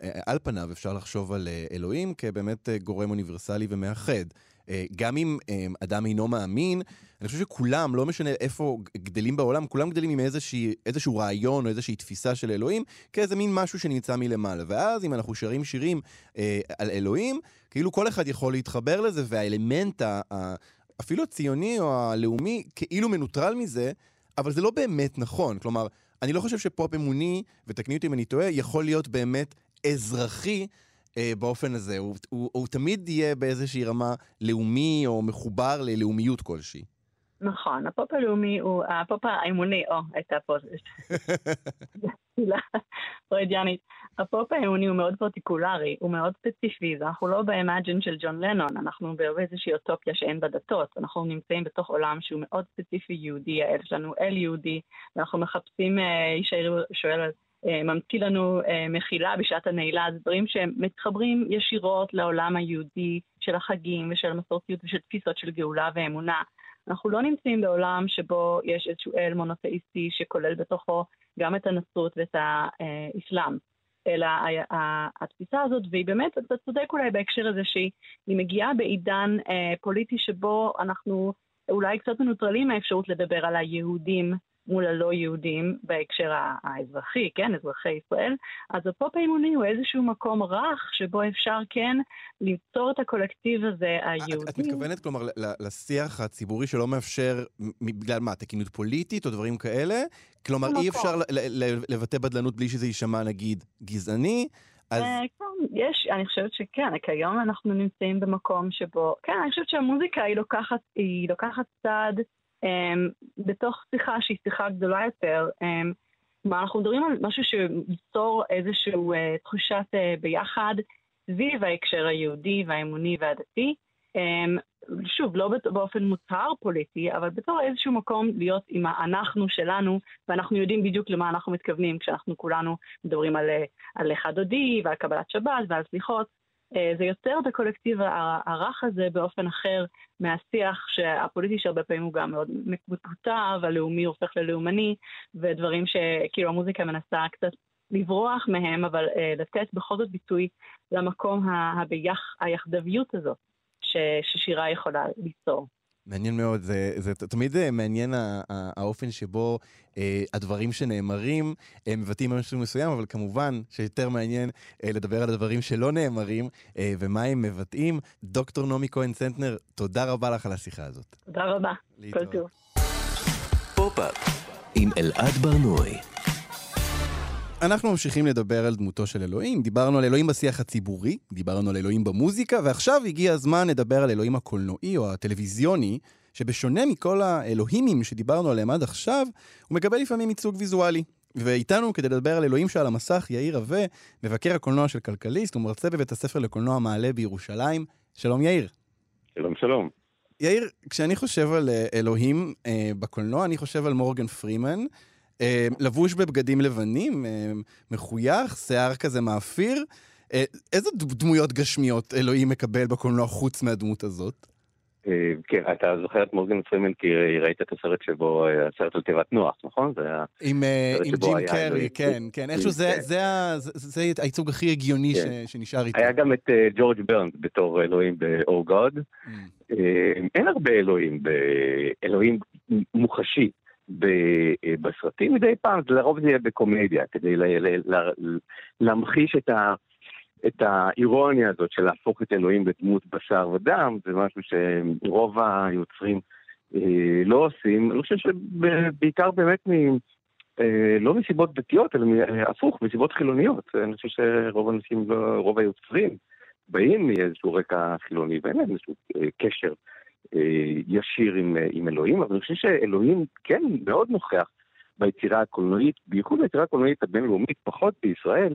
על פניו אפשר לחשוב על אלוהים כבאמת גורם אוניברסלי ומאחד. גם אם אדם אינו מאמין, אני חושב שכולם, לא משנה איפה גדלים בעולם, כולם גדלים עם איזושהי, איזשהו רעיון או איזושהי תפיסה של אלוהים, כאיזה מין משהו שנמצא מלמעלה. ואז אם אנחנו שרים שירים אה, על אלוהים, כאילו כל אחד יכול להתחבר לזה, והאלמנט ה, ה, אפילו הציוני או הלאומי, כאילו מנוטרל מזה, אבל זה לא באמת נכון. כלומר, אני לא חושב שפופ אמוני, ותקני אותי אם אני טועה, יכול להיות באמת אזרחי, באופן הזה, הוא, הוא, הוא תמיד יהיה באיזושהי רמה לאומי או מחובר ללאומיות כלשהי. נכון, הפופ הלאומי הוא, הפופ האמוני, או, הייתה פה, פרוידיאנית, הפופ האמוני הוא מאוד פרטיקולרי, הוא מאוד ספציפי, אנחנו לא באימג'ין של ג'ון לנון, אנחנו באיזושהי אוטופיה שאין בה דתות, אנחנו נמצאים בתוך עולם שהוא מאוד ספציפי יהודי, האל שלנו אל יהודי, ואנחנו מחפשים, איש העיר שואל, ממציא לנו מחילה בשעת הנעילה, זה דברים שמתחברים ישירות לעולם היהודי של החגים ושל המסורתיות ושל תפיסות של גאולה ואמונה. אנחנו לא נמצאים בעולם שבו יש איזשהו אל מונותאיסטי שכולל בתוכו גם את הנצרות ואת האסלאם, אלא התפיסה הזאת, והיא באמת, אתה צודק אולי בהקשר הזה שהיא מגיעה בעידן פוליטי שבו אנחנו אולי קצת מנוטרלים מהאפשרות לדבר על היהודים מול הלא יהודים בהקשר האזרחי, כן, אזרחי ישראל, אז הפופ האמוני הוא איזשהו מקום רך שבו אפשר כן ליצור את הקולקטיב הזה היהודי. את מתכוונת, כלומר, לשיח הציבורי שלא מאפשר, בגלל מה, תקינות פוליטית או דברים כאלה? כלומר, אי אפשר לבטא בדלנות בלי שזה יישמע, נגיד, גזעני? אז... כן, יש, אני חושבת שכן, כיום אנחנו נמצאים במקום שבו, כן, אני חושבת שהמוזיקה היא לוקחת, היא לוקחת צעד, Um, בתוך שיחה שהיא שיחה גדולה יותר, um, מה אנחנו מדברים על משהו שיצור איזושהי uh, תחושת uh, ביחד סביב ההקשר היהודי והאמוני והדתי, um, שוב, לא באופן מוצהר פוליטי, אבל בתור איזשהו מקום להיות עם האנחנו שלנו, ואנחנו יודעים בדיוק למה אנחנו מתכוונים כשאנחנו כולנו מדברים על, על אחד דודי ועל קבלת שבת ועל סליחות. זה יוצר את הקולקטיב הרך הזה באופן אחר מהשיח שהפוליטי שהרבה פעמים הוא גם מאוד מקוטע, והלאומי הופך ללאומני, ודברים שכאילו המוזיקה מנסה קצת לברוח מהם, אבל לתת בכל זאת ביטוי למקום הביח, היחדביות הזאת ששירה יכולה ליצור. מעניין מאוד, זה, זה תמיד מעניין האופן שבו אה, הדברים שנאמרים הם מבטאים משהו מסוים, אבל כמובן שיותר מעניין אה, לדבר על הדברים שלא נאמרים אה, ומה הם מבטאים. דוקטור נעמי כהן צנטנר, תודה רבה לך על השיחה הזאת. תודה רבה, כל טוב. פופ-אפ עם אלעד ברנועי. אנחנו ממשיכים לדבר על דמותו של אלוהים, דיברנו על אלוהים בשיח הציבורי, דיברנו על אלוהים במוזיקה, ועכשיו הגיע הזמן לדבר על אלוהים הקולנועי או הטלוויזיוני, שבשונה מכל האלוהימים שדיברנו עליהם עד עכשיו, הוא מקבל לפעמים ייצוג ויזואלי. ואיתנו כדי לדבר על אלוהים שעל המסך, יאיר רווה, מבקר הקולנוע של כלכליסט, ומרצה בבית הספר לקולנוע מעלה בירושלים. שלום יאיר. שלום שלום. יאיר, כשאני חושב על אלוהים אה, בקולנוע, אני חושב על מורגן פרימן, לבוש בבגדים לבנים, מחוייך, שיער כזה מאפיר. איזה דמויות גשמיות אלוהים מקבל בקולנוע חוץ מהדמות הזאת? כן, אתה זוכר את מורגן פרימן כי ראית את הסרט שבו, הסרט על תיבת נוח, נכון? עם ג'ים קרי, כן, כן. איכשהו זה הייצוג הכי הגיוני שנשאר איתו. היה גם את ג'ורג' ברנס בתור אלוהים ב-Oh God. אין הרבה אלוהים, אלוהים מוחשי. בסרטים מדי פעם, לרוב זה יהיה בקומדיה, כדי להמחיש את ה... את האירוניה הזאת של להפוך את אלוהים בדמות בשר ודם, זה משהו שרוב היוצרים אה, לא עושים. אני חושב שבעיקר באמת מ, אה, לא מסיבות דתיות, אלא הפוך, מסיבות חילוניות. אני חושב שרוב האנשים, רוב היוצרים באים מאיזשהו רקע חילוני, ואין להם איזשהו אה, קשר אה, ישיר עם, אה, עם אלוהים, אבל אני חושב שאלוהים כן מאוד נוכח ביצירה הקולנועית, בייחוד ביצירה הקולנועית הבינלאומית, פחות בישראל,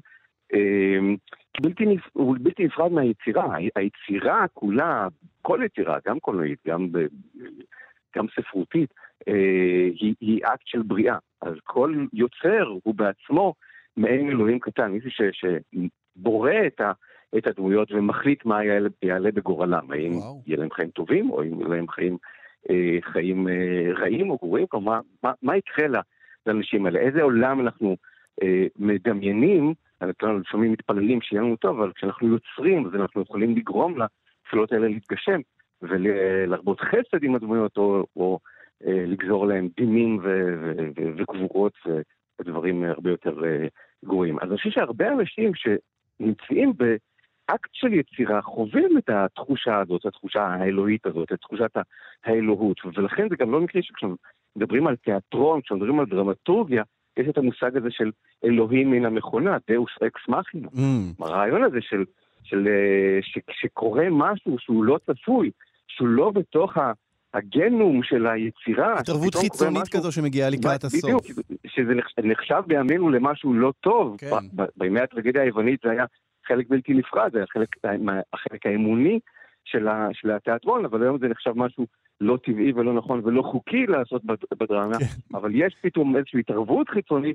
בלתי, הוא בלתי נפרד מהיצירה. היצירה כולה, כל יצירה, גם קולנועית, גם, גם ספרותית, היא, היא אקט של בריאה. אז כל יוצר הוא בעצמו מעין אלוהים קטן, מישהו ש, שבורא את, ה, את הדמויות ומחליט מה יעלה, יעלה בגורלם. האם יהיה להם חיים טובים, או אם יהיה להם חיים, חיים רעים או גרועים, כלומר, מה, מה יקרה לאנשים האלה? איזה עולם אנחנו מדמיינים אנחנו לפעמים מתפללים שיהיה לנו טוב, אבל כשאנחנו יוצרים, אז אנחנו יכולים לגרום לתפילות האלה להתגשם, ולרבות חסד עם הדמויות, או, או אה, לגזור להם דינים וקבורות ודברים הרבה יותר אה, גרועים. אז אני חושב שהרבה אנשים שנמצאים באקט של יצירה, חווים את התחושה הזאת, התחושה האלוהית הזאת, את תחושת האלוהות, ולכן זה גם לא מקרה שכשמדברים על תיאטרון, כשמדברים על דרמטורגיה, יש את המושג הזה של אלוהים מן המכונה, דאוס אקס מכינה. Mm. הרעיון הזה של, של, ש, שקורה משהו שהוא לא צפוי, שהוא לא בתוך הגנום של היצירה. התערבות חיצונית משהו, כזו שמגיעה לקראת הסוף. בדיוק, שזה נחשב בימינו למשהו לא טוב. כן. ב, בימי הטרגדיה היוונית זה היה חלק בלתי נפרד, זה היה חלק, החלק האמוני של, ה, של התיאטרון, אבל היום זה נחשב משהו לא טבעי ולא נכון ולא חוקי לעשות בדרמה, אבל יש פתאום איזושהי התערבות חיצונית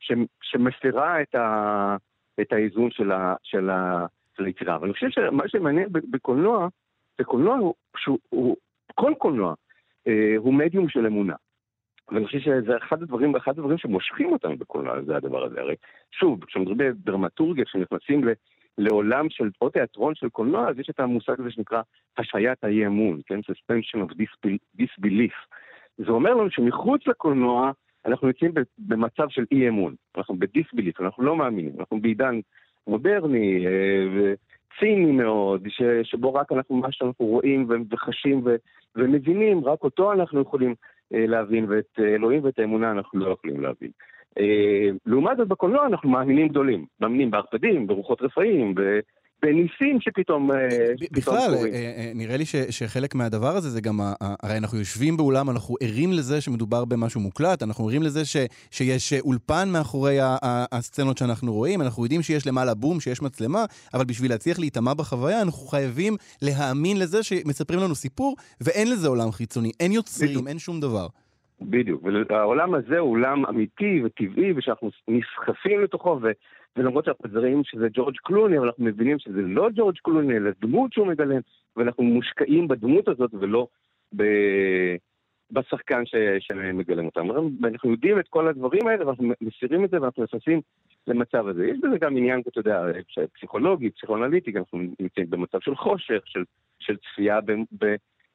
שמפירה את, ה, את האיזון של, ה, של, ה, של היצירה. אבל אני חושב שמה שמעניין בקולנוע, זה קולנוע הוא, שהוא, הוא, כל קולנוע אה, הוא מדיום של אמונה. ואני חושב שזה אחד הדברים, אחד הדברים שמושכים אותנו בקולנוע, זה הדבר הזה. הרי שוב, כשמדברים בדרמטורגיה, כשנכנסים ל... לעולם של או תיאטרון של קולנוע, אז יש את המושג הזה שנקרא השעיית האי אמון, כן? suspension of disbelief. זה אומר לנו שמחוץ לקולנוע אנחנו יוצאים במצב של אי אמון, אנחנו בדיסבליף, אנחנו לא מאמינים, אנחנו בעידן מודרני וציני מאוד, שבו רק אנחנו מה שאנחנו רואים וחשים ומבינים, רק אותו אנחנו יכולים להבין, ואת אלוהים ואת האמונה אנחנו לא יכולים להבין. לעומת זאת בקולנוע אנחנו מאמינים גדולים, מאמינים בערפדים, ברוחות רפאים, בניסים שפתאום... בכלל, נראה לי שחלק מהדבר הזה זה גם, הרי אנחנו יושבים באולם, אנחנו ערים לזה שמדובר במשהו מוקלט, אנחנו ערים לזה שיש אולפן מאחורי הסצנות שאנחנו רואים, אנחנו יודעים שיש למעלה בום, שיש מצלמה, אבל בשביל להצליח להתאמה בחוויה, אנחנו חייבים להאמין לזה שמספרים לנו סיפור, ואין לזה עולם חיצוני, אין יוצרים, אין שום דבר. בדיוק, והעולם הזה הוא עולם אמיתי וטבעי, ושאנחנו נסחפים לתוכו, ו... ולמרות שאנחנו מזהים שזה ג'ורג' קלוני, אבל אנחנו מבינים שזה לא ג'ורג' קלוני, אלא דמות שהוא מגלם, ואנחנו מושקעים בדמות הזאת, ולא ב... בשחקן ש... שמגלם אותם. ואנחנו יודעים את כל הדברים האלה, ואנחנו מסירים את זה, ואנחנו נכנסים למצב הזה. יש בזה גם עניין, אתה יודע, פסיכולוגי, פסיכואנליטי, אנחנו נמצאים במצב של חושך, של, של צפייה ב... ב...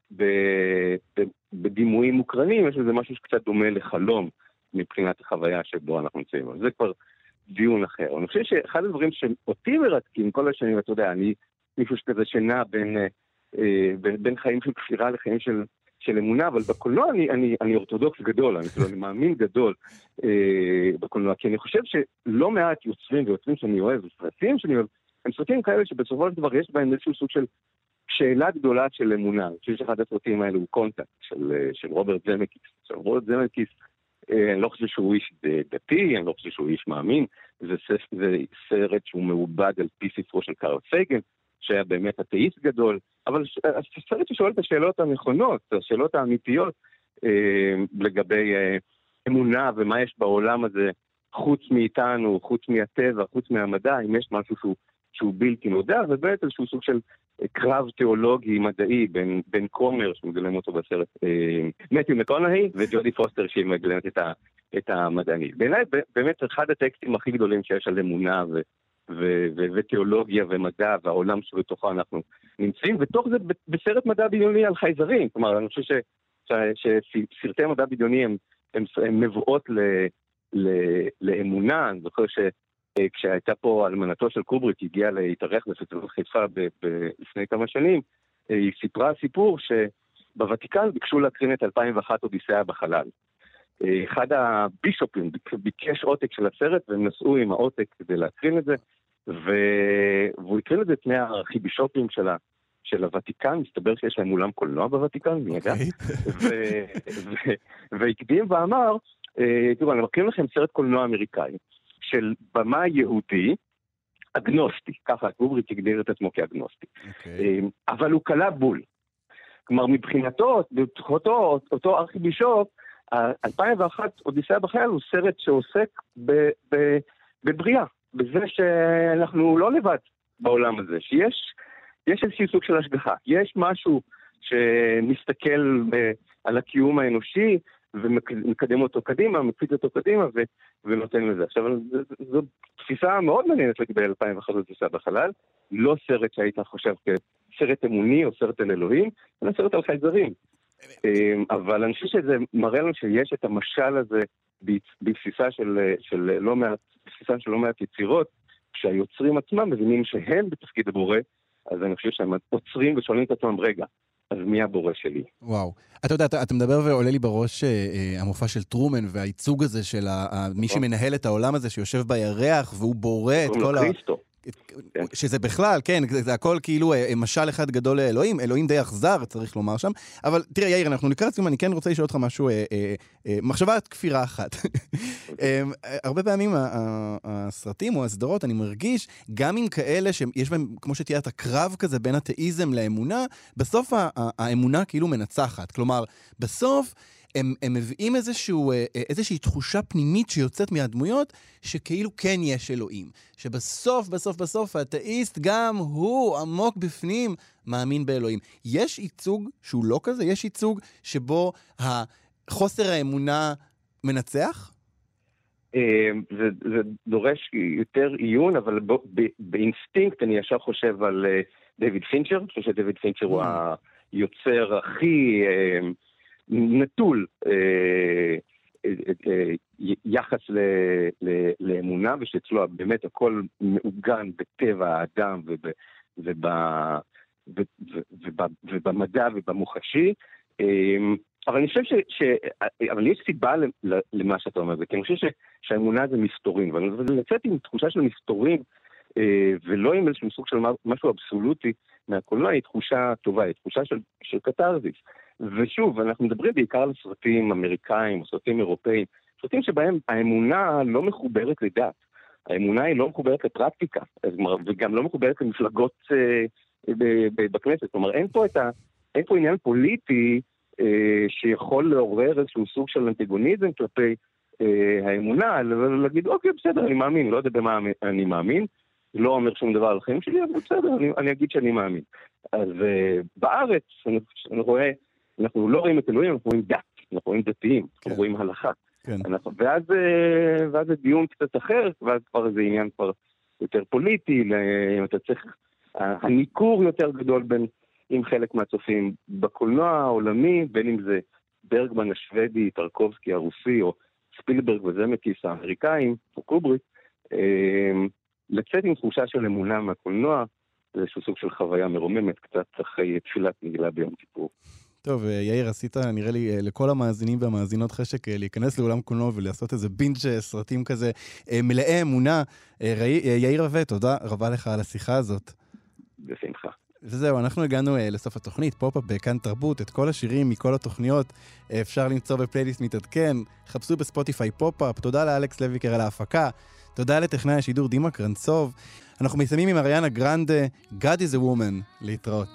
בדימויים מוקרנים, יש לזה משהו שקצת דומה לחלום מבחינת החוויה שבו אנחנו נמצאים. זה כבר דיון אחר. אני חושב שאחד הדברים שאותי מרתקים כל השנים, אתה יודע, אני מישהו שכזה שנע בין, בין, בין חיים של כפירה לחיים של, של אמונה, אבל בקולנוע אני, אני, אני אורתודוקס גדול, אני, אני מאמין גדול בקולנוע, כי אני חושב שלא מעט יוצרים ויוצרים שאני אוהב, וסרטים שאני אוהב, הם סרטים כאלה שבסופו של דבר יש בהם איזשהו סוג של שאלה גדולה של אמונה. אני חושב שאחד הסרטים האלו הוא קונטקט של, של רוברט זמקיס. של רוברט זמקיס, אני לא חושב שהוא איש דתי, אני לא חושב שהוא איש מאמין, זה, זה סרט שהוא מעובד על פי ספרו של קארל פייגן, שהיה באמת אתאיסט גדול, אבל סרט ששואל את השאלות הנכונות, השאלות האמיתיות לגבי אמונה ומה יש בעולם הזה, חוץ מאיתנו, חוץ מהטבע, חוץ מהמדע, אם יש משהו שהוא, שהוא בלתי נודע, ובאמת איזשהו סוג של קרב תיאולוגי מדעי בין, בין קומר שמגלם אותו בסרט אה, מתיו מקונאהי וג'ודי פוסטר שהיא מגלמת את, ה, את המדעני. בעיניי באמת אחד הטקסטים הכי גדולים שיש על אמונה ו, ו, ו, ותיאולוגיה ומדע והעולם שבתוכו אנחנו נמצאים, ותוך זה בסרט מדע בדיוני על חייזרים. כלומר, אני חושב ש, ש, שסרטי מדע בדיוני הם, הם, הם מבואות ל, ל, לאמונה. אני זוכר ש כשהייתה פה אלמנתו של קובריק, היא הגיעה להתארח בפסטיבל חיפה לפני כמה שנים, היא סיפרה סיפור שבוותיקן ביקשו להקרין את אלפיים ואחת אודיסאה בחלל. אחד הבישופים ביקש עותק של הסרט, והם נסעו עם העותק כדי להקרין את זה, והוא הקרין את זה פני הארכיבישופים שלה. של הוותיקן, מסתבר שיש להם אולם קולנוע בוותיקן, מי יודע? והקדים ואמר, תראו, אני מקרין לכם סרט קולנוע אמריקאי, של במה יהודי, אגנוסטי, ככה קובריק הגדיר את עצמו כאגנוסטי. Okay. אבל הוא קלה בול. כלומר, מבחינתו, אותו, אותו ארכיבישוף, אלפיים ואחת אודיסאה בחלל הוא סרט שעוסק ב, ב, בבריאה, בזה שאנחנו לא לבד בעולם הזה, שיש יש איזשהו סוג של השגחה, יש משהו שמסתכל ב, על הקיום האנושי, ומקדם אותו קדימה, מקפיץ אותו קדימה ו, ונותן לזה. עכשיו, זו תפיסה מאוד מעניינת לגבי אלפיים ואחת טיסה בחלל, לא סרט שהיית חושב כסרט אמוני או סרט על אלוהים, אלא סרט על חייזרים. אבל אני חושב שזה מראה לנו שיש את המשל הזה בבסיסה של, של לא מעט, בבסיסה של לא מעט יצירות, כשהיוצרים עצמם מבינים שהם בתפקיד הבורא, אז אני חושב שהם עוצרים ושואלים את עצמם, רגע, אז מי הבורא שלי? וואו. אתה יודע, אתה, אתה מדבר ועולה לי בראש אה, המופע של טרומן, והייצוג הזה של ה, מי שמנהל את העולם הזה, שיושב בירח, והוא בורא את כל ה... שזה בכלל, כן, זה הכל כאילו משל אחד גדול לאלוהים, אלוהים די אכזר, צריך לומר שם, אבל תראה יאיר, אנחנו לקראת סיום, אני כן רוצה לשאול אותך משהו, אה, אה, אה, מחשבת כפירה אחת. אה, הרבה פעמים הסרטים או הסדרות, אני מרגיש, גם עם כאלה שיש בהם, כמו שתהיה את הקרב כזה בין התאיזם לאמונה, בסוף האמונה כאילו מנצחת, כלומר, בסוף הם, הם מביאים איזשהו, איזושהי תחושה פנימית שיוצאת מהדמויות, שכאילו כן יש אלוהים. שבסוף, בסוף, בסוף, האתאיסט גם הוא עמוק בפנים מאמין באלוהים. יש ייצוג שהוא לא כזה? יש ייצוג שבו החוסר האמונה מנצח? זה, זה דורש יותר עיון, אבל באינסטינקט אני ישר חושב על דיוויד פינצ'ר. אני חושב שדיוויד פינצ'ר הוא היוצר הכי... נטול אה, אה, יחס ל, ל, לאמונה, ושאצלו באמת הכל מעוגן בטבע האדם וב, וב, וב, וב, ובמדע ובמוחשי. אה, אבל אני חושב ש, ש... אבל יש סיבה למה שאתה אומר, כי אני חושב ש, שהאמונה זה מסתורים, ואני לצאת עם תחושה של מסתורים, אה, ולא עם איזשהו סוג של משהו אבסולוטי מהקולנוע, היא תחושה טובה, היא תחושה של, של קטרזיס. ושוב, אנחנו מדברים בעיקר על סרטים אמריקאים או סרטים אירופאים, סרטים שבהם האמונה לא מחוברת לדת. האמונה היא לא מחוברת לפרקטיקה, וגם לא מחוברת למפלגות אה, בכנסת. כלומר, אין פה, את ה, אין פה עניין פוליטי אה, שיכול לעורר איזשהו סוג של אנטגוניזם כלפי אה, האמונה, להגיד, אוקיי, בסדר, אני מאמין, לא יודע במה אני מאמין, לא אומר שום דבר על החיים שלי, אבל בסדר, אני, אני אגיד שאני מאמין. אז אה, בארץ, אני, אני רואה, אנחנו לא רואים את אלוהים, אנחנו רואים דת, אנחנו רואים דתיים, אנחנו כן. רואים הלכה. כן. אנחנו, ואז, ואז זה דיון קצת אחר, ואז כבר זה עניין כבר יותר פוליטי, אם אתה צריך, הניכור יותר גדול בין, עם חלק מהצופים בקולנוע העולמי, בין אם זה ברגמן השוודי, טרקובסקי הרוסי, או ספילברג וזמקיס האמריקאים, או קובריק, לצאת עם תחושה של אמונה מהקולנוע, זה איזשהו סוג של חוויה מרוממת, קצת אחרי תפילת נגלה ביום כיפור. טוב, יאיר, עשית, נראה לי, לכל המאזינים והמאזינות חשק להיכנס לאולם קולנוע ולעשות איזה בינג' סרטים כזה מלאי אמונה. יאיר רווה, תודה רבה לך על השיחה הזאת. בשמחה. וזהו, אנחנו הגענו לסוף התוכנית, פופ-אפ בכאן תרבות, את כל השירים מכל התוכניות אפשר למצוא בפלייליסט מתעדכן, חפשו בספוטיפיי פופ-אפ, תודה לאלכס לויקר על ההפקה, תודה לטכנאי השידור דימה קרנצוב, אנחנו מסיימים עם אריאנה גרנדה, God is a woman, להתראות.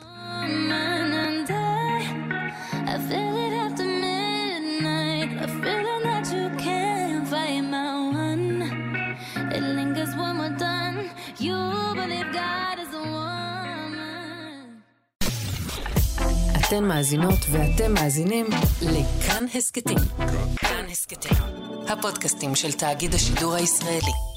אתן מאזינות ואתם מאזינים לכאן הסקטים. כאן הסקטים, הפודקאסטים של תאגיד השידור הישראלי.